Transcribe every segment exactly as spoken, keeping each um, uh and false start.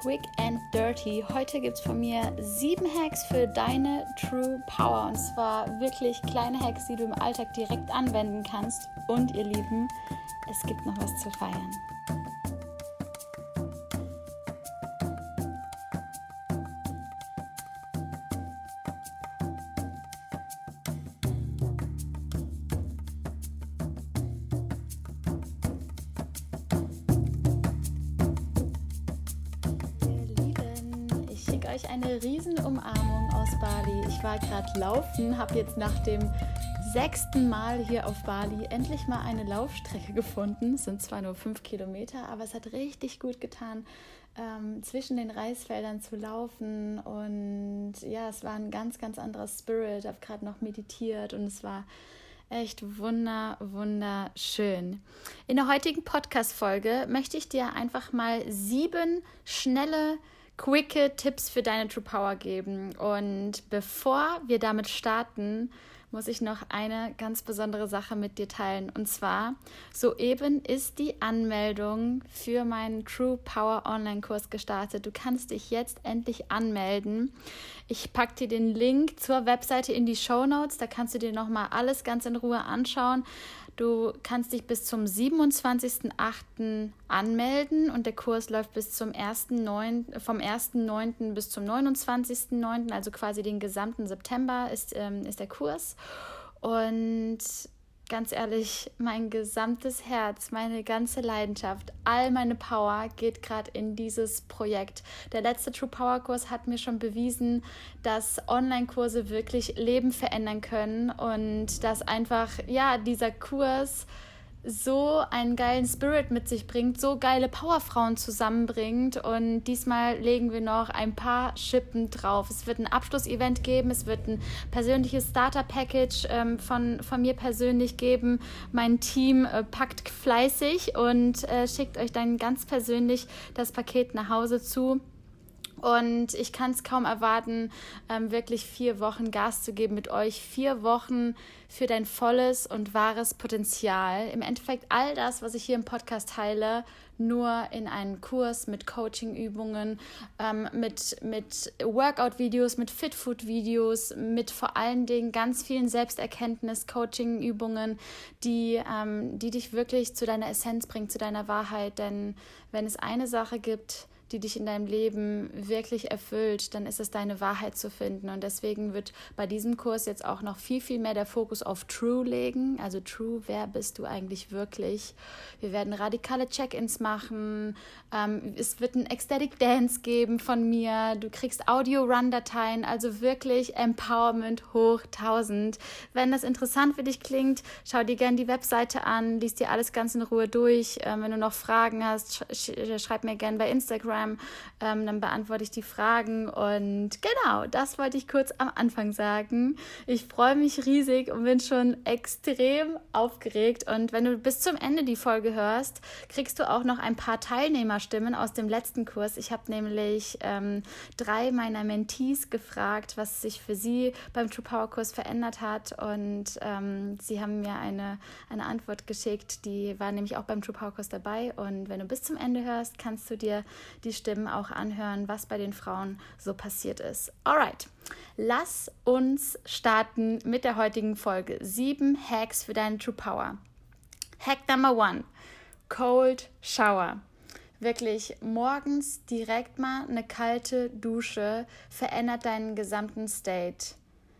Quick and Dirty. Heute gibt es von mir sieben Hacks für deine True Power. Und zwar wirklich kleine Hacks, die du im Alltag direkt anwenden kannst. Und ihr Lieben, es gibt noch was zu feiern. Euch eine riesen Umarmung aus Bali. Ich war gerade laufen, habe jetzt nach dem sechsten Mal hier auf Bali endlich mal eine Laufstrecke gefunden. Es sind zwar nur fünf Kilometer, aber es hat richtig gut getan, ähm, zwischen den Reisfeldern zu laufen. Und ja, es war ein ganz, ganz anderer Spirit. Ich habe gerade noch meditiert und es war echt wunder, wunderschön. In der heutigen Podcast-Folge möchte ich dir einfach mal sieben schnelle quicke Tipps für deine True Power geben. Und bevor wir damit starten, muss ich noch eine ganz besondere Sache mit dir teilen. Und zwar, soeben ist die Anmeldung für meinen True Power Online-Kurs gestartet. Du kannst dich jetzt endlich anmelden. Ich packe dir den Link zur Webseite in die Shownotes. Da kannst du dir nochmal alles ganz in Ruhe anschauen. Du kannst dich bis zum siebenundzwanzigsten achten anmelden und der Kurs läuft bis zum ersten neunten vom ersten neunten bis zum neunundzwanzigsten neunten, also quasi den gesamten September ist, ähm, ist der Kurs. Und ganz ehrlich, mein gesamtes Herz, meine ganze Leidenschaft, all meine Power geht gerade in dieses Projekt. Der letzte True Power Kurs hat mir schon bewiesen, dass Online-Kurse wirklich Leben verändern können und dass einfach, ja, dieser Kurs so einen geilen Spirit mit sich bringt, so geile Powerfrauen zusammenbringt. Und diesmal legen wir noch ein paar Schippen drauf. Es wird ein Abschlussevent geben, es wird ein persönliches Starter-Package ähm, von, von mir persönlich geben. Mein Team äh, packt fleißig und äh, schickt euch dann ganz persönlich das Paket nach Hause zu. Und ich kann es kaum erwarten, ähm, wirklich vier Wochen Gas zu geben mit euch. Vier Wochen für dein volles und wahres Potenzial. Im Endeffekt all das, was ich hier im Podcast teile, nur in einen Kurs mit Coaching-Übungen, ähm, mit, mit Workout-Videos, mit Fit-Food-Videos, mit vor allen Dingen ganz vielen Selbsterkenntnis-Coaching-Übungen, die, ähm, die dich wirklich zu deiner Essenz bringen, zu deiner Wahrheit. Denn wenn es eine Sache gibt, die dich in deinem Leben wirklich erfüllt, dann ist es deine Wahrheit zu finden. Und deswegen wird bei diesem Kurs jetzt auch noch viel, viel mehr der Fokus auf True legen. Also True, wer bist du eigentlich wirklich? Wir werden radikale Check-ins machen. Ähm, es wird ein Ecstatic Dance geben von mir. Du kriegst Audio-Run-Dateien, also wirklich Empowerment hoch tausend. Wenn das interessant für dich klingt, schau dir gerne die Webseite an, lies dir alles ganz in Ruhe durch. Ähm, wenn du noch Fragen hast, sch- schreib mir gerne bei Instagram. Ähm, dann beantworte ich die Fragen und genau, das wollte ich kurz am Anfang sagen. Ich freue mich riesig und bin schon extrem aufgeregt und wenn du bis zum Ende die Folge hörst, kriegst du auch noch ein paar Teilnehmerstimmen aus dem letzten Kurs. Ich habe nämlich ähm, drei meiner Mentees gefragt, was sich für sie beim True Power Kurs verändert hat und ähm, sie haben mir eine, eine Antwort geschickt, die war nämlich auch beim True Power Kurs dabei und wenn du bis zum Ende hörst, kannst du dir die Stimmen auch anhören, was bei den Frauen so passiert ist. Alright, lass uns starten mit der heutigen Folge. Sieben Hacks für deine True Power. Hack Number one, Cold Shower. Wirklich morgens direkt mal eine kalte Dusche verändert deinen gesamten State.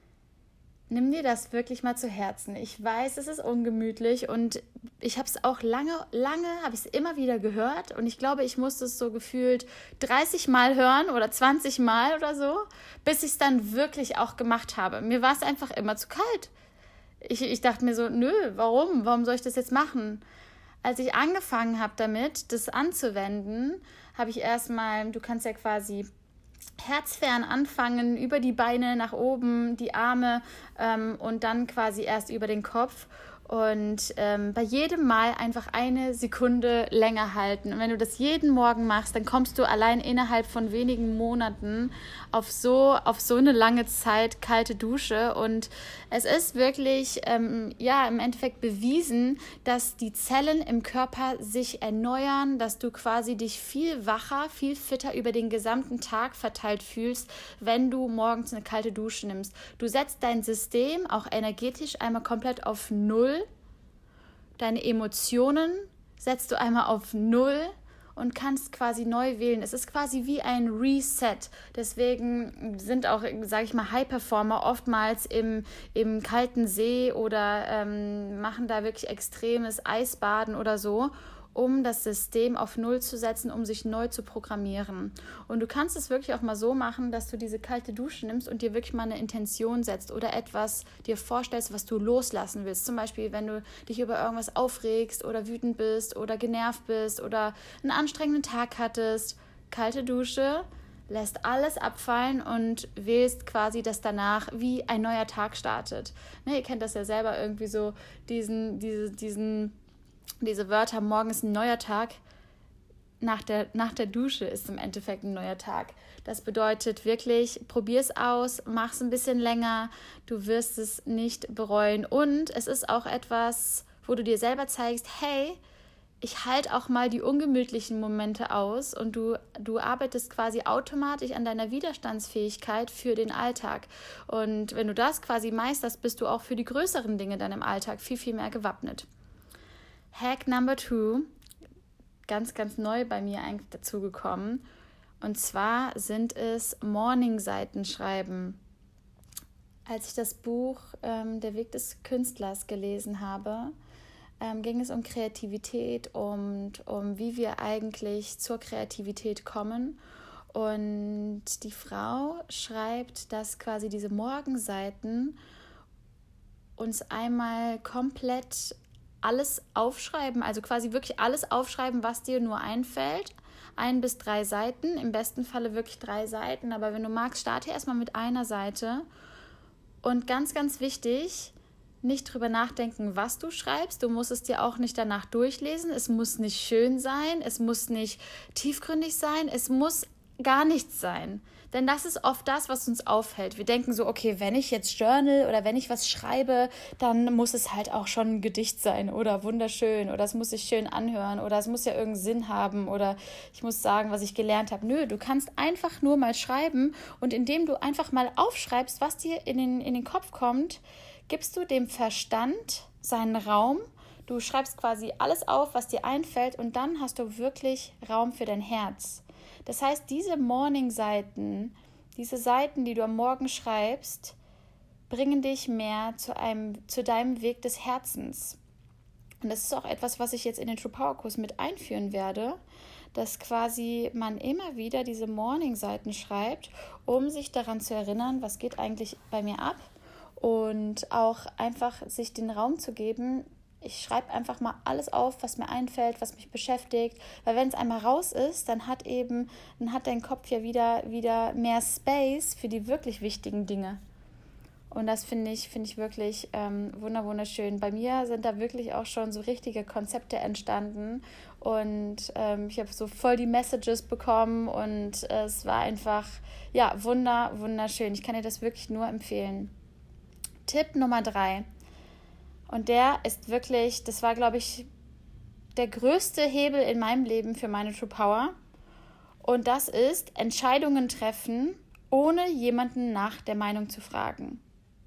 Nimm dir das wirklich mal zu Herzen. Ich weiß, es ist ungemütlich und ich habe es auch lange, lange, habe ich es immer wieder gehört und ich glaube, ich musste es so gefühlt dreißig Mal hören oder zwanzig Mal oder so, bis ich es dann wirklich auch gemacht habe. Mir war es einfach immer zu kalt. Ich, ich dachte mir so, nö, warum? Warum soll ich das jetzt machen? Als ich angefangen habe damit, das anzuwenden, habe ich erstmal, du kannst ja quasi herzfern anfangen, über die Beine nach oben, die Arme ähm, und dann quasi erst über den Kopf. Und ähm, bei jedem Mal einfach eine Sekunde länger halten. Und wenn du das jeden Morgen machst, dann kommst du allein innerhalb von wenigen Monaten auf so, auf so eine lange Zeit kalte Dusche. Und es ist wirklich, ähm, ja, im Endeffekt bewiesen, dass die Zellen im Körper sich erneuern, dass du quasi dich viel wacher, viel fitter über den gesamten Tag verteilt fühlst, wenn du morgens eine kalte Dusche nimmst. Du setzt dein System auch energetisch einmal komplett auf Null. Deine Emotionen setzt du einmal auf Null und kannst quasi neu wählen. Es ist quasi wie ein Reset. Deswegen sind auch, sage ich mal, High-Performer oftmals im, im kalten See oder ähm, machen da wirklich extremes Eisbaden oder so, um das System auf Null zu setzen, um sich neu zu programmieren. Und du kannst es wirklich auch mal so machen, dass du diese kalte Dusche nimmst und dir wirklich mal eine Intention setzt oder etwas dir vorstellst, was du loslassen willst. Zum Beispiel, wenn du dich über irgendwas aufregst oder wütend bist oder genervt bist oder einen anstrengenden Tag hattest. Kalte Dusche, lässt alles abfallen und wählst quasi, dass danach wie ein neuer Tag startet. Ne, ihr kennt das ja selber irgendwie so, diesen, diese, diesen Diese Wörter, morgen ist ein neuer Tag, nach der, nach der Dusche ist im Endeffekt ein neuer Tag. Das bedeutet wirklich, probier es aus, mach es ein bisschen länger, du wirst es nicht bereuen. Und es ist auch etwas, wo du dir selber zeigst, hey, ich halte auch mal die ungemütlichen Momente aus und du, du arbeitest quasi automatisch an deiner Widerstandsfähigkeit für den Alltag. Und wenn du das quasi meisterst, bist du auch für die größeren Dinge dann im Alltag viel, viel mehr gewappnet. Hack Number Two, ganz, ganz neu bei mir eigentlich dazugekommen. Und zwar sind es Morning-Seiten schreiben. Als ich das Buch ähm, Der Weg des Künstlers gelesen habe, ähm, ging es um Kreativität und um wie wir eigentlich zur Kreativität kommen. Und die Frau schreibt, dass quasi diese Morgenseiten uns einmal komplett alles aufschreiben, also quasi wirklich alles aufschreiben, was dir nur einfällt. Ein bis drei Seiten, im besten Falle wirklich drei Seiten, aber wenn du magst, starte erstmal mit einer Seite. Und ganz, ganz wichtig, nicht drüber nachdenken, was du schreibst. Du musst es dir auch nicht danach durchlesen. Es muss nicht schön sein, es muss nicht tiefgründig sein, es muss gar nichts sein. Denn das ist oft das, was uns aufhält. Wir denken so, okay, wenn ich jetzt journal oder wenn ich was schreibe, dann muss es halt auch schon ein Gedicht sein oder wunderschön oder es muss sich schön anhören oder es muss ja irgendeinen Sinn haben oder ich muss sagen, was ich gelernt habe. Nö, du kannst einfach nur mal schreiben und indem du einfach mal aufschreibst, was dir in den, in den Kopf kommt, gibst du dem Verstand seinen Raum. Du schreibst quasi alles auf, was dir einfällt und dann hast du wirklich Raum für dein Herz. Das heißt, diese Morning-Seiten, diese Seiten, die du am Morgen schreibst, bringen dich mehr zu einem, zu deinem Weg des Herzens. Und das ist auch etwas, was ich jetzt in den True Power Kurs mit einführen werde, dass quasi man immer wieder diese Morning-Seiten schreibt, um sich daran zu erinnern, was geht eigentlich bei mir ab und auch einfach sich den Raum zu geben. Ich schreibe einfach mal alles auf, was mir einfällt, was mich beschäftigt, weil wenn es einmal raus ist, dann hat eben, dann hat dein Kopf ja wieder, wieder mehr Space für die wirklich wichtigen Dinge. Und das finde ich, finde ich wirklich ähm, wunderschön. Bei mir sind da wirklich auch schon so richtige Konzepte entstanden und ähm, ich habe so voll die Messages bekommen und äh, es war einfach, ja, wunder, wunderschön. Ich kann dir das wirklich nur empfehlen. Tipp Nummer drei. Und der ist wirklich, das war, glaube ich, der größte Hebel in meinem Leben für meine True Power. Und das ist Entscheidungen treffen, ohne jemanden nach der Meinung zu fragen.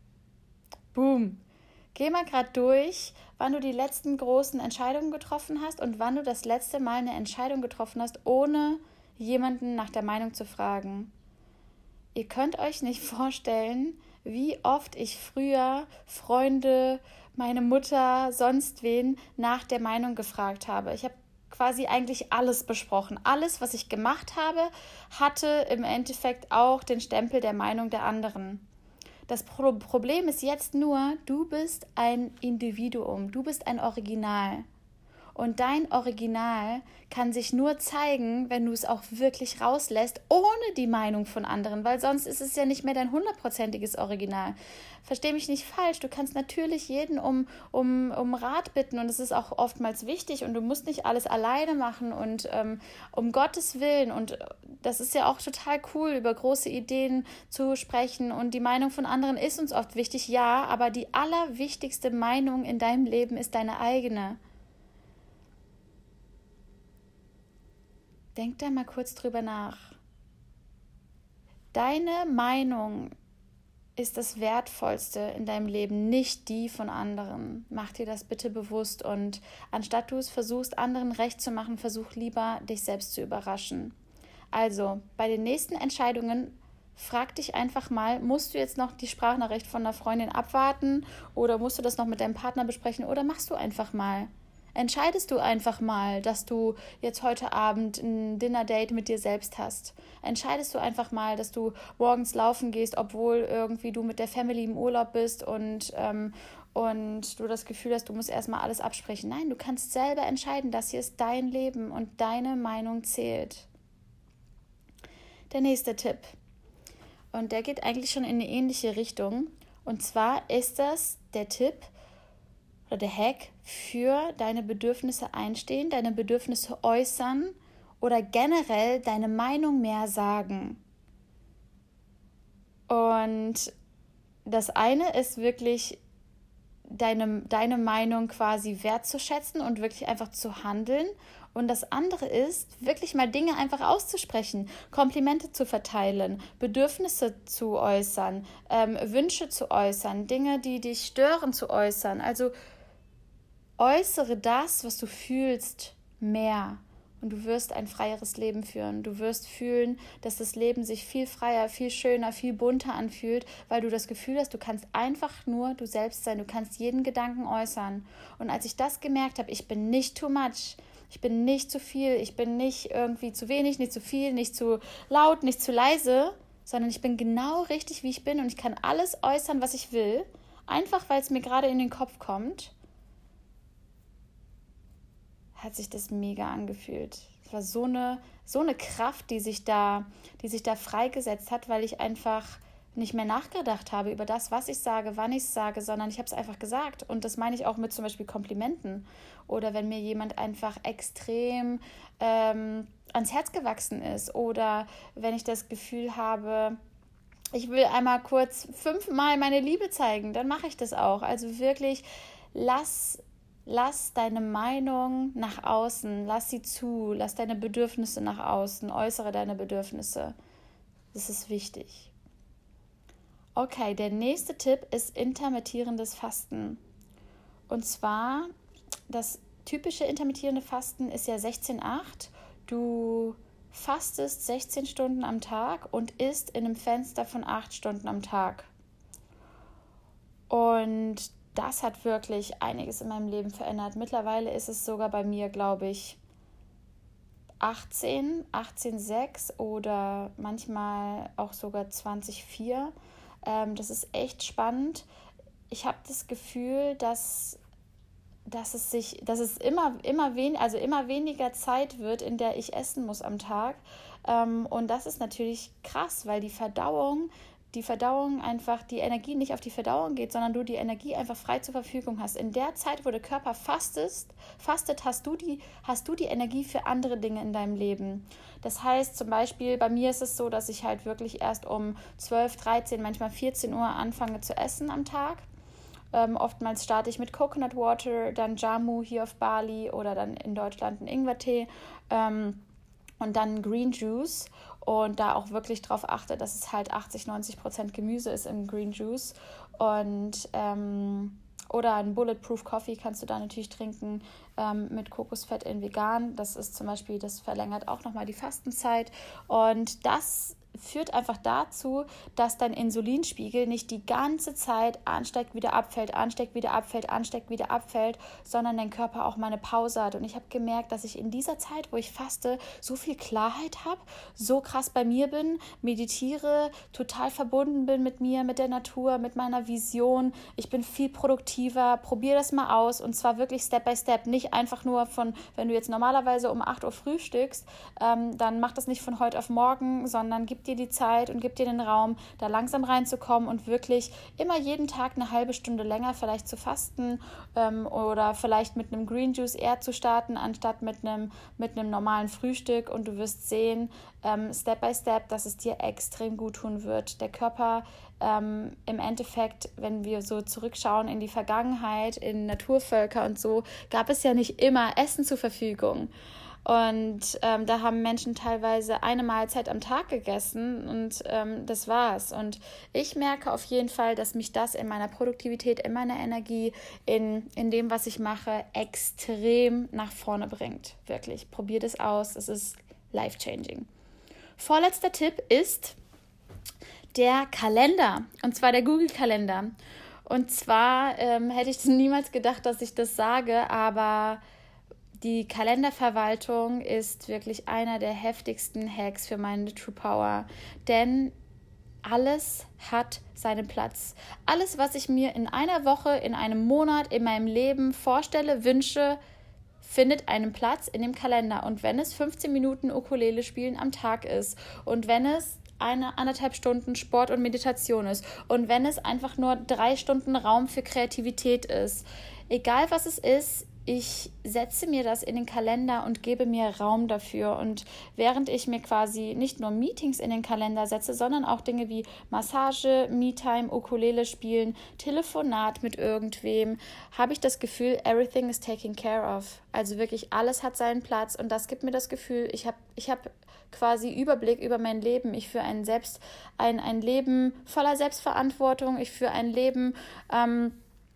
Boom. Geh mal gerade durch, wann du die letzten großen Entscheidungen getroffen hast und wann du das letzte Mal eine Entscheidung getroffen hast, ohne jemanden nach der Meinung zu fragen. Ihr könnt euch nicht vorstellen, wie oft ich früher Freunde, meine Mutter, sonst wen nach der Meinung gefragt habe. Ich habe quasi eigentlich alles besprochen. Alles, was ich gemacht habe, hatte im Endeffekt auch den Stempel der Meinung der anderen. Das Pro- Problem ist jetzt nur, du bist ein Individuum, du bist ein Original. Und dein Original kann sich nur zeigen, wenn du es auch wirklich rauslässt, ohne die Meinung von anderen, weil sonst ist es ja nicht mehr dein hundertprozentiges Original. Versteh mich nicht falsch, du kannst natürlich jeden um, um, um Rat bitten und es ist auch oftmals wichtig und du musst nicht alles alleine machen und ähm, um Gottes Willen, und das ist ja auch total cool, über große Ideen zu sprechen und die Meinung von anderen ist uns oft wichtig, ja, aber die allerwichtigste Meinung in deinem Leben ist deine eigene. Denk da mal kurz drüber nach. Deine Meinung ist das Wertvollste in deinem Leben, nicht die von anderen. Mach dir das bitte bewusst und anstatt du es versuchst, anderen recht zu machen, versuch lieber, dich selbst zu überraschen. Also, bei den nächsten Entscheidungen frag dich einfach mal, musst du jetzt noch die Sprachnachricht von einer Freundin abwarten oder musst du das noch mit deinem Partner besprechen oder machst du einfach mal? Entscheidest du einfach mal, dass du jetzt heute Abend ein Dinner-Date mit dir selbst hast? Entscheidest du einfach mal, dass du morgens laufen gehst, obwohl irgendwie du mit der Family im Urlaub bist und, ähm, und du das Gefühl hast, du musst erstmal alles absprechen? Nein, du kannst selber entscheiden, das hier ist dein Leben und deine Meinung zählt. Der nächste Tipp. Und der geht eigentlich schon in eine ähnliche Richtung. Und zwar ist das der Tipp, oder der Hack für deine Bedürfnisse einstehen, deine Bedürfnisse äußern oder generell deine Meinung mehr sagen. Und das eine ist wirklich deine, deine Meinung quasi wertzuschätzen und wirklich einfach zu handeln. Und das andere ist, wirklich mal Dinge einfach auszusprechen, Komplimente zu verteilen, Bedürfnisse zu äußern, ähm, Wünsche zu äußern, Dinge, die dich stören, zu äußern. Also äußere das, was du fühlst, mehr und du wirst ein freieres Leben führen. Du wirst fühlen, dass das Leben sich viel freier, viel schöner, viel bunter anfühlt, weil du das Gefühl hast, du kannst einfach nur du selbst sein, du kannst jeden Gedanken äußern. Und als ich das gemerkt habe, ich bin nicht too much, ich bin nicht zu viel, ich bin nicht irgendwie zu wenig, nicht zu viel, nicht zu laut, nicht zu leise, sondern ich bin genau richtig, wie ich bin und ich kann alles äußern, was ich will, einfach weil es mir gerade in den Kopf kommt, hat sich das mega angefühlt. Es war so eine, so eine Kraft, die sich da, die sich da freigesetzt hat, weil ich einfach nicht mehr nachgedacht habe über das, was ich sage, wann ich es sage, sondern ich habe es einfach gesagt. Und das meine ich auch mit zum Beispiel Komplimenten. Oder wenn mir jemand einfach extrem ähm, ans Herz gewachsen ist. Oder wenn ich das Gefühl habe, ich will einmal kurz fünfmal meine Liebe zeigen, dann mache ich das auch. Also wirklich, lass Lass deine Meinung nach außen, lass sie zu, lass deine Bedürfnisse nach außen, äußere deine Bedürfnisse. Das ist wichtig. Okay, der nächste Tipp ist intermittierendes Fasten. Und zwar, das typische intermittierende Fasten ist ja sechzehn acht. Du fastest sechzehn Stunden am Tag und isst in einem Fenster von acht Stunden am Tag. Und das hat wirklich einiges in meinem Leben verändert. Mittlerweile ist es sogar bei mir, glaube ich, achtzehn, achtzehn Komma sechs oder manchmal auch sogar zwanzig Komma vier. Ähm, das ist echt spannend. Ich habe das Gefühl, dass, dass es sich, dass es immer, immer, wen, also immer weniger Zeit wird, in der ich essen muss am Tag. Ähm, und das ist natürlich krass, weil die Verdauung die Verdauung einfach, die Energie nicht auf die Verdauung geht, sondern du die Energie einfach frei zur Verfügung hast. In der Zeit, wo der Körper fastest, fastet, hast du die, hast du die Energie für andere Dinge in deinem Leben. Das heißt zum Beispiel, bei mir ist es so, dass ich halt wirklich erst um zwölf, dreizehn, manchmal vierzehn Uhr anfange zu essen am Tag. Ähm, oftmals starte ich mit Coconut Water, dann Jamu hier auf Bali oder dann in Deutschland einen Ingwertee ähm, und dann Green Juice. Und da auch wirklich darauf achte, dass es halt achtzig, neunzig Prozent Gemüse ist im Green Juice. Und ähm, oder ein Bulletproof Coffee kannst du da natürlich trinken ähm, mit Kokosfett in vegan. Das ist zum Beispiel, das verlängert auch nochmal die Fastenzeit. Und das führt einfach dazu, dass dein Insulinspiegel nicht die ganze Zeit ansteigt, wieder abfällt, ansteigt, wieder abfällt, ansteigt, wieder abfällt, sondern dein Körper auch mal eine Pause hat. Und ich habe gemerkt, dass ich in dieser Zeit, wo ich faste, so viel Klarheit habe, so krass bei mir bin, meditiere, total verbunden bin mit mir, mit der Natur, mit meiner Vision. Ich bin viel produktiver, probiere das mal aus und zwar wirklich Step by Step, nicht einfach nur von, wenn du jetzt normalerweise um acht Uhr frühstückst, ähm, dann mach das nicht von heute auf morgen, sondern gib dir die Zeit und gib dir den Raum, da langsam reinzukommen und wirklich immer jeden Tag eine halbe Stunde länger vielleicht zu fasten ähm, oder vielleicht mit einem Green Juice eher zu starten, anstatt mit einem, mit einem normalen Frühstück und du wirst sehen, ähm, Step by Step, dass es dir extrem gut tun wird. Der Körper ähm, im Endeffekt, wenn wir so zurückschauen in die Vergangenheit, in Naturvölker und so, gab es ja nicht immer Essen zur Verfügung. Und ähm, da haben Menschen teilweise eine Mahlzeit am Tag gegessen und ähm, das war's. Und ich merke auf jeden Fall, dass mich das in meiner Produktivität, in meiner Energie, in, in dem, was ich mache, extrem nach vorne bringt. Wirklich, probiert es aus, es ist life-changing. Vorletzter Tipp ist der Kalender, und zwar der Google-Kalender. Und zwar ähm, hätte ich niemals gedacht, dass ich das sage, aber die Kalenderverwaltung ist wirklich einer der heftigsten Hacks für meine True Power, denn alles hat seinen Platz. Alles, was ich mir in einer Woche, in einem Monat, in meinem Leben vorstelle, wünsche, findet einen Platz in dem Kalender. Und wenn es fünfzehn Minuten Ukulele spielen am Tag ist und wenn es eine anderthalb Stunden Sport und Meditation ist und wenn es einfach nur drei Stunden Raum für Kreativität ist, egal was es ist, ich setze mir das in den Kalender und gebe mir Raum dafür. Und während ich mir quasi nicht nur Meetings in den Kalender setze, sondern auch Dinge wie Massage, Me-Time, Ukulele spielen, Telefonat mit irgendwem, habe ich das Gefühl, everything is taken care of. Also wirklich alles hat seinen Platz und das gibt mir das Gefühl, ich habe ich hab quasi Überblick über mein Leben. Ich führe ein, Selbst, ein, ein Leben voller Selbstverantwortung. Ich führe ein Leben, ähm,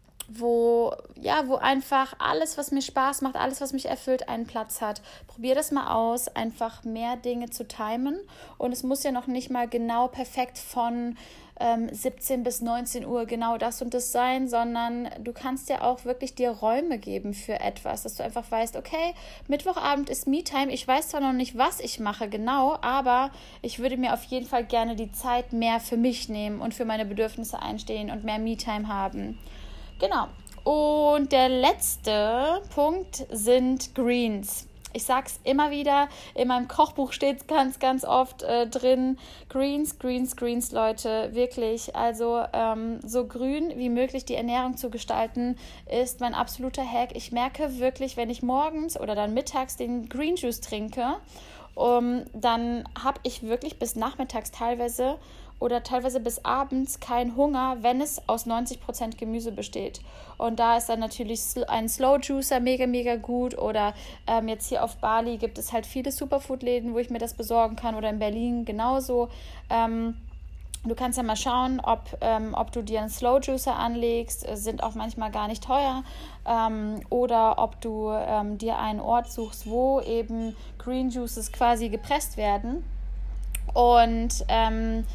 wo, ja, wo einfach alles, was mir Spaß macht, alles, was mich erfüllt, einen Platz hat. Probier das mal aus, einfach mehr Dinge zu timen. Und es muss ja noch nicht mal genau perfekt von ähm, siebzehn bis neunzehn Uhr genau das und das sein, sondern du kannst ja auch wirklich dir Räume geben für etwas, dass du einfach weißt, okay, Mittwochabend ist Me-Time, ich weiß zwar noch nicht, was ich mache genau, aber ich würde mir auf jeden Fall gerne die Zeit mehr für mich nehmen und für meine Bedürfnisse einstehen und mehr Me-Time haben. Genau. Und der letzte Punkt sind Greens. Ich sage es immer wieder, in meinem Kochbuch steht es ganz, ganz oft äh, drin, Greens, Greens, Greens, Leute, wirklich. Also ähm, so grün wie möglich die Ernährung zu gestalten, ist mein absoluter Hack. Ich merke wirklich, wenn ich morgens oder dann mittags den Green Juice trinke, um, dann habe ich wirklich bis nachmittags teilweise oder teilweise bis abends keinen Hunger, wenn es aus neunzig Prozent Gemüse besteht. Und da ist dann natürlich ein Slow Juicer mega, mega gut. Oder ähm, jetzt hier auf Bali gibt es halt viele Superfood-Läden, wo ich mir das besorgen kann. Oder in Berlin genauso. Ähm, du kannst ja mal schauen, ob, ähm, ob du dir einen Slow Juicer anlegst. Sind auch manchmal gar nicht teuer. Ähm, oder ob du ähm, dir einen Ort suchst, wo eben Green Juices quasi gepresst werden. Und ähm,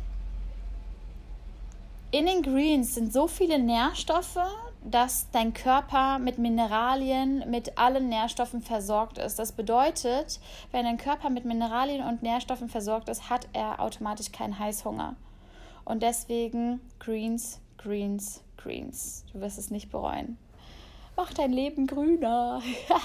in den Greens sind so viele Nährstoffe, dass dein Körper mit Mineralien, mit allen Nährstoffen versorgt ist. Das bedeutet, wenn dein Körper mit Mineralien und Nährstoffen versorgt ist, hat er automatisch keinen Heißhunger. Und deswegen Greens, Greens, Greens. Du wirst es nicht bereuen. Mach dein Leben grüner.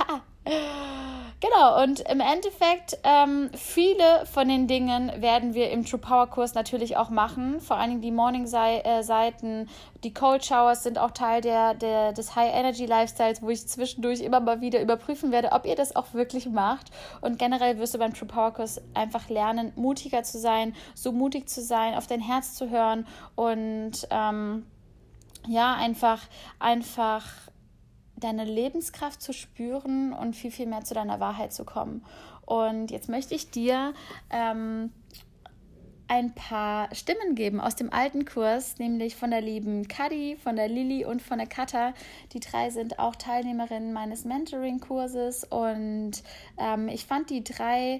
Genau, und im Endeffekt, ähm, viele von den Dingen werden wir im True Power Kurs natürlich auch machen. Vor allen Dingen die Morning-Seiten, die Cold Showers sind auch Teil der, der, des High-Energy-Lifestyles, wo ich zwischendurch immer mal wieder überprüfen werde, ob ihr das auch wirklich macht. Und generell wirst du beim True Power Kurs einfach lernen, mutiger zu sein, so mutig zu sein, auf dein Herz zu hören und ähm, ja, einfach, einfach deine Lebenskraft zu spüren und viel, viel mehr zu deiner Wahrheit zu kommen. Und jetzt möchte ich dir ähm, ein paar Stimmen geben aus dem alten Kurs, nämlich von der lieben Kadi, von der Lilly und von der Katha. Die drei sind auch Teilnehmerinnen meines Mentoring-Kurses und ähm, ich fand die drei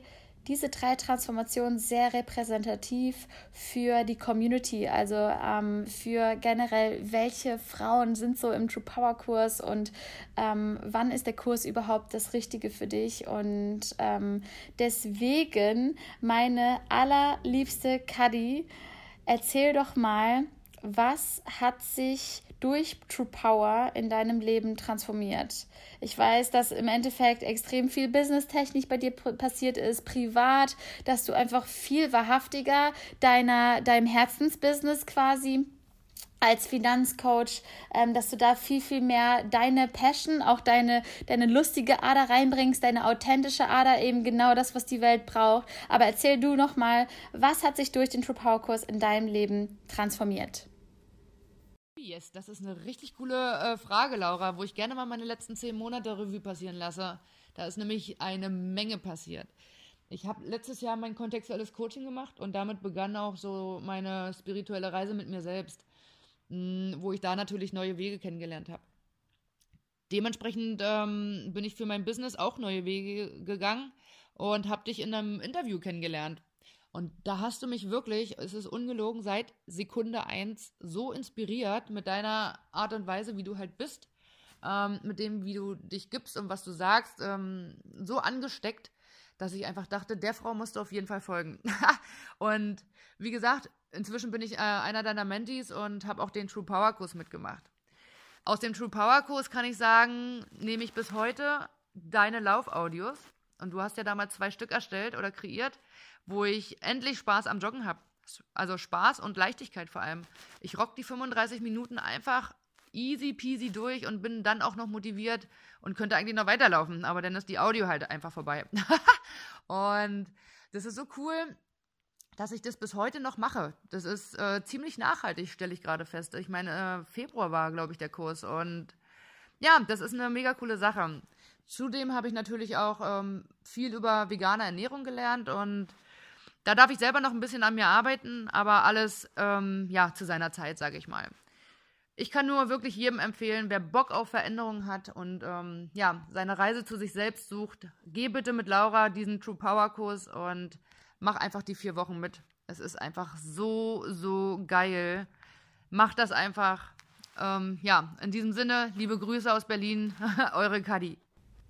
diese drei Transformationen sehr repräsentativ für die Community, also ähm, für generell, welche Frauen sind so im True Power Kurs und ähm, wann ist der Kurs überhaupt das Richtige für dich. Und ähm, deswegen meine allerliebste Kadi, erzähl doch mal, was hat sich durch True Power in deinem Leben transformiert? Ich weiß, dass im Endeffekt extrem viel businesstechnisch bei dir passiert ist, privat, dass du einfach viel wahrhaftiger deiner, deinem Herzensbusiness quasi als Finanzcoach, ähm, dass du da viel, viel mehr deine Passion, auch deine, deine lustige Ader reinbringst, deine authentische Ader, eben genau das, was die Welt braucht. Aber erzähl du nochmal, was hat sich durch den True Power Kurs in deinem Leben transformiert? Yes, das ist eine richtig coole äh, Frage, Laura, wo ich gerne mal meine letzten zehn Monate Revue passieren lasse. Da ist nämlich eine Menge passiert. Ich habe letztes Jahr mein kontextuelles Coaching gemacht und damit begann auch so meine spirituelle Reise mit mir selbst, mh, wo ich da natürlich neue Wege kennengelernt habe. Dementsprechend ähm, bin ich für mein Business auch neue Wege gegangen und habe dich in einem Interview kennengelernt. Und da hast du mich wirklich, es ist ungelogen, seit Sekunde eins so inspiriert mit deiner Art und Weise, wie du halt bist, ähm, mit dem, wie du dich gibst und was du sagst, ähm, so angesteckt, dass ich einfach dachte, der Frau musst du auf jeden Fall folgen. Und wie gesagt, inzwischen bin ich äh, einer deiner Mentees und habe auch den True Power Kurs mitgemacht. Aus dem True Power Kurs kann ich sagen, nehme ich bis heute deine Laufaudios. Und du hast ja damals zwei Stück erstellt oder kreiert, wo ich endlich Spaß am Joggen habe. Also Spaß und Leichtigkeit vor allem. Ich rock die fünfunddreißig Minuten einfach easy peasy durch und bin dann auch noch motiviert und könnte eigentlich noch weiterlaufen. Aber dann ist die Audio halt einfach vorbei. Und das ist so cool, dass ich das bis heute noch mache. Das ist äh, ziemlich nachhaltig, stelle ich gerade fest. Ich meine, äh, Februar war, glaube ich, der Kurs. Und ja, das ist eine mega coole Sache. Zudem habe ich natürlich auch ähm, viel über vegane Ernährung gelernt und da darf ich selber noch ein bisschen an mir arbeiten, aber alles ähm, ja zu seiner Zeit, sage ich mal. Ich kann nur wirklich jedem empfehlen, wer Bock auf Veränderungen hat und ähm, ja seine Reise zu sich selbst sucht, geh bitte mit Laura diesen True Power Kurs und mach einfach die vier Wochen mit. Es ist einfach so, so geil. Mach das einfach. Ähm, ja, in diesem Sinne, liebe Grüße aus Berlin, eure Kadi.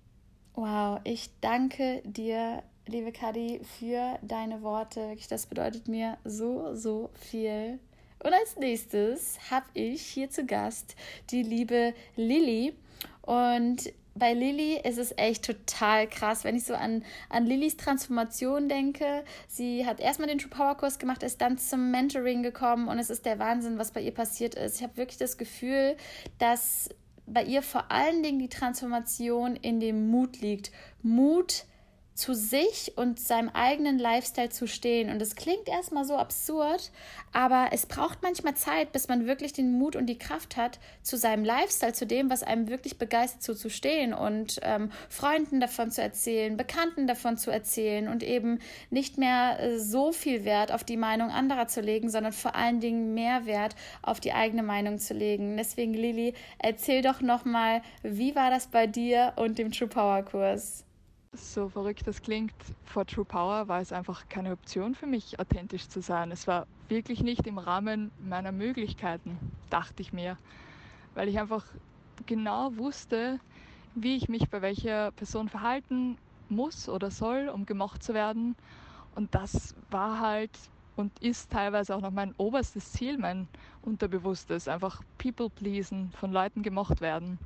Wow, ich danke dir, liebe Kadi, für deine Worte. Das bedeutet mir so, so viel. Und als nächstes habe ich hier zu Gast die liebe Lilly. Und bei Lilly ist es echt total krass, wenn ich so an, an Lillys Transformation denke. Sie hat erstmal den True Power Kurs gemacht, ist dann zum Mentoring gekommen und es ist der Wahnsinn, was bei ihr passiert ist. Ich habe wirklich das Gefühl, dass bei ihr vor allen Dingen die Transformation in dem Mut liegt. Mut zu sich und seinem eigenen Lifestyle zu stehen. Und es klingt erstmal so absurd, aber es braucht manchmal Zeit, bis man wirklich den Mut und die Kraft hat, zu seinem Lifestyle, zu dem, was einem wirklich begeistert, so zu stehen und ähm, Freunden davon zu erzählen, Bekannten davon zu erzählen und eben nicht mehr äh, so viel Wert auf die Meinung anderer zu legen, sondern vor allen Dingen mehr Wert auf die eigene Meinung zu legen. Deswegen, Lilly, erzähl doch nochmal, wie war das bei dir und dem True Power Kurs? So verrückt das klingt, vor True Power war es einfach keine Option für mich, authentisch zu sein. Es war wirklich nicht im Rahmen meiner Möglichkeiten, dachte ich mir, weil ich einfach genau wusste, wie ich mich bei welcher Person verhalten muss oder soll, um gemocht zu werden. Und das war halt und ist teilweise auch noch mein oberstes Ziel, mein Unterbewusstes, einfach People pleasen, von Leuten gemocht werden.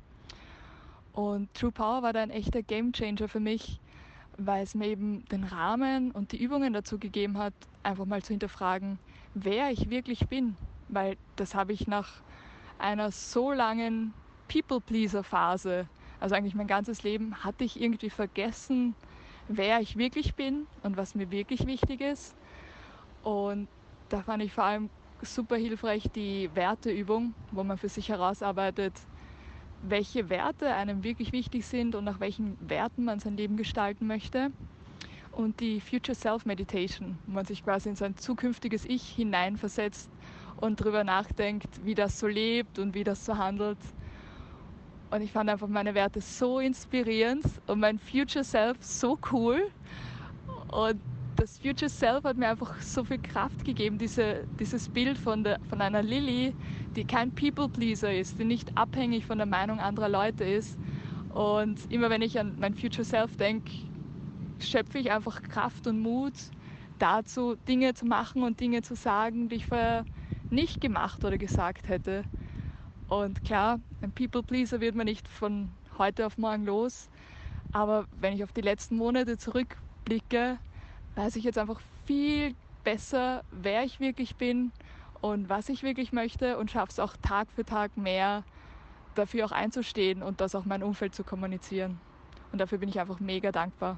Und True Power war da ein echter Gamechanger für mich, weil es mir eben den Rahmen und die Übungen dazu gegeben hat, einfach mal zu hinterfragen, wer ich wirklich bin. Weil das habe ich nach einer so langen People-Pleaser-Phase, also eigentlich mein ganzes Leben, hatte ich irgendwie vergessen, wer ich wirklich bin und was mir wirklich wichtig ist. Und da fand ich vor allem super hilfreich die Werteübung, wo man für sich herausarbeitet, welche Werte einem wirklich wichtig sind und nach welchen Werten man sein Leben gestalten möchte. Und die Future Self Meditation, wo man sich quasi in sein zukünftiges Ich hineinversetzt und darüber nachdenkt, wie das so lebt und wie das so handelt. Und ich fand einfach meine Werte so inspirierend und mein Future Self so cool. Und das Future Self hat mir einfach so viel Kraft gegeben, diese, dieses Bild von, der, von einer Lilly, die kein People-Pleaser ist, die nicht abhängig von der Meinung anderer Leute ist. Und immer wenn ich an mein Future Self denke, schöpfe ich einfach Kraft und Mut dazu, Dinge zu machen und Dinge zu sagen, die ich vorher nicht gemacht oder gesagt hätte. Und klar, ein People-Pleaser wird man nicht von heute auf morgen los. Aber wenn ich auf die letzten Monate zurückblicke, weiß ich jetzt einfach viel besser, wer ich wirklich bin und was ich wirklich möchte und schaffe es auch Tag für Tag mehr, dafür auch einzustehen und das auch mein Umfeld zu kommunizieren. Und dafür bin ich einfach mega dankbar.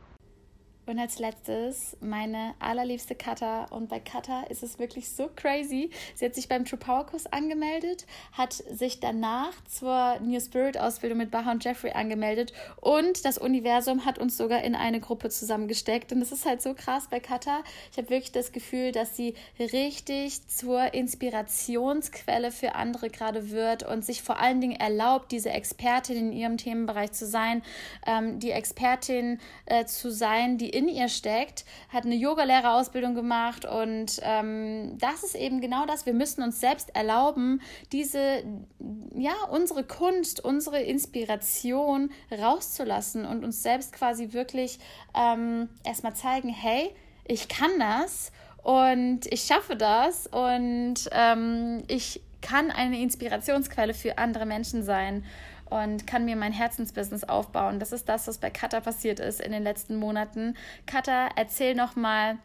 Und als letztes meine allerliebste Katha. Und bei Katha ist es wirklich so crazy. Sie hat sich beim True Power Kurs angemeldet, hat sich danach zur New Spirit Ausbildung mit Baha und Jeffrey angemeldet und das Universum hat uns sogar in eine Gruppe zusammengesteckt. Und das ist halt so krass bei Katha. Ich habe wirklich das Gefühl, dass sie richtig zur Inspirationsquelle für andere gerade wird und sich vor allen Dingen erlaubt, diese Expertin in ihrem Themenbereich zu sein, ähm, die Expertin äh, zu sein, die in ihr steckt, hat eine Yogalehrerausbildung gemacht und ähm, das ist eben genau das. Wir müssen uns selbst erlauben, diese, ja, unsere Kunst, unsere Inspiration rauszulassen und uns selbst quasi wirklich ähm, erstmal zeigen, hey, ich kann das und ich schaffe das und ähm, ich kann eine Inspirationsquelle für andere Menschen sein und kann mir mein Herzensbusiness aufbauen. Das ist das, was bei Katha passiert ist in den letzten Monaten. Katha, erzähl nochmal,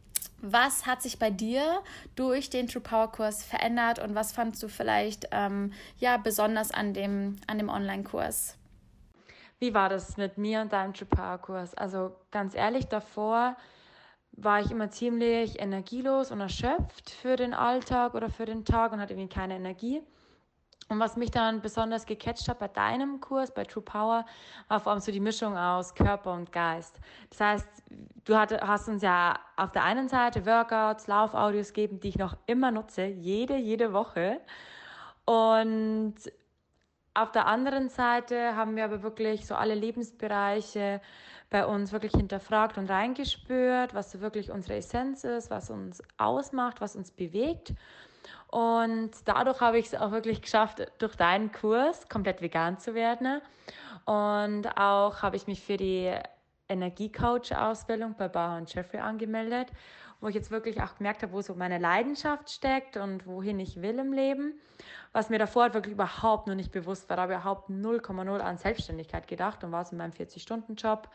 was hat sich bei dir durch den True Power Kurs verändert und was fandst du vielleicht ähm, ja, besonders an dem, an dem Online-Kurs? Wie war das mit mir und deinem True Power Kurs? Also ganz ehrlich, davor war ich immer ziemlich energielos und erschöpft für den Alltag oder für den Tag und hatte irgendwie keine Energie. Und was mich dann besonders gecatcht hat bei deinem Kurs, bei True Power, war vor allem so die Mischung aus Körper und Geist. Das heißt, du hast uns ja auf der einen Seite Workouts, Laufaudios gegeben, die ich noch immer nutze, jede, jede Woche. Und auf der anderen Seite haben wir aber wirklich so alle Lebensbereiche bei uns wirklich hinterfragt und reingespürt, was so wirklich unsere Essenz ist, was uns ausmacht, was uns bewegt. Und dadurch habe ich es auch wirklich geschafft, durch deinen Kurs komplett vegan zu werden. Und auch habe ich mich für die Energiecoach-Ausbildung bei Baha und Jeffrey angemeldet, wo ich jetzt wirklich auch gemerkt habe, wo so meine Leidenschaft steckt und wohin ich will im Leben. Was mir davor wirklich überhaupt noch nicht bewusst war. Da habe ich überhaupt null Komma null an Selbstständigkeit gedacht und war es in meinem vierzig-Stunden-Job.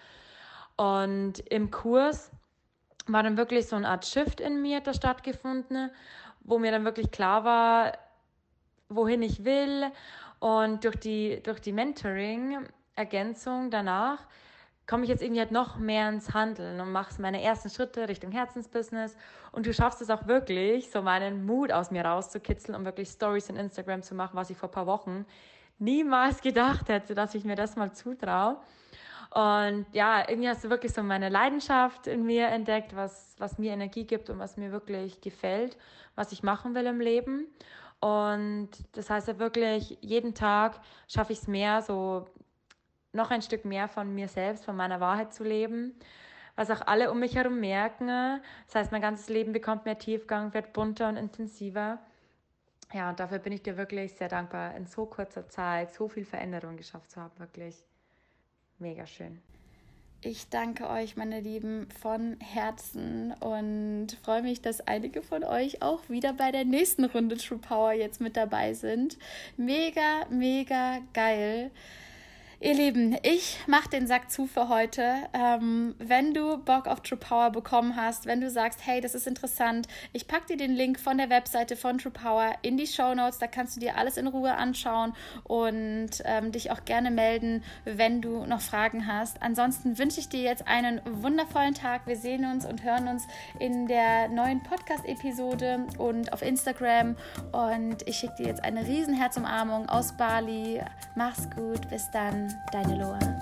Und im Kurs war dann wirklich so eine Art Shift in mir, da stattgefunden, wo mir dann wirklich klar war, wohin ich will. Und durch die, durch die Mentoring-Ergänzung danach komme ich jetzt irgendwie halt noch mehr ins Handeln und mache meine ersten Schritte Richtung Herzensbusiness. Und du schaffst es auch wirklich, so meinen Mut aus mir rauszukitzeln und wirklich Stories in Instagram zu machen, was ich vor ein paar Wochen niemals gedacht hätte, dass ich mir das mal zutraue. Und ja, irgendwie hast du wirklich so meine Leidenschaft in mir entdeckt, was, was mir Energie gibt und was mir wirklich gefällt, was ich machen will im Leben. Und das heißt ja wirklich, jeden Tag schaffe ich es mehr, so noch ein Stück mehr von mir selbst, von meiner Wahrheit zu leben, was auch alle um mich herum merken. Das heißt, mein ganzes Leben bekommt mehr Tiefgang, wird bunter und intensiver. Ja, und dafür bin ich dir wirklich sehr dankbar, in so kurzer Zeit so viel Veränderung geschafft zu haben, wirklich. Mega schön. Ich danke euch, meine Lieben, von Herzen und freue mich, dass einige von euch auch wieder bei der nächsten Runde True Power jetzt mit dabei sind. Mega, mega geil. Ihr Lieben, ich mache den Sack zu für heute. Ähm, wenn du Bock auf True Power bekommen hast, wenn du sagst, hey, das ist interessant, ich packe dir den Link von der Webseite von True Power in die Shownotes, da kannst du dir alles in Ruhe anschauen und ähm, dich auch gerne melden, wenn du noch Fragen hast. Ansonsten wünsche ich dir jetzt einen wundervollen Tag. Wir sehen uns und hören uns in der neuen Podcast-Episode und auf Instagram und ich schicke dir jetzt eine riesen Herzumarmung aus Bali. Mach's gut, bis dann. Deine Loa.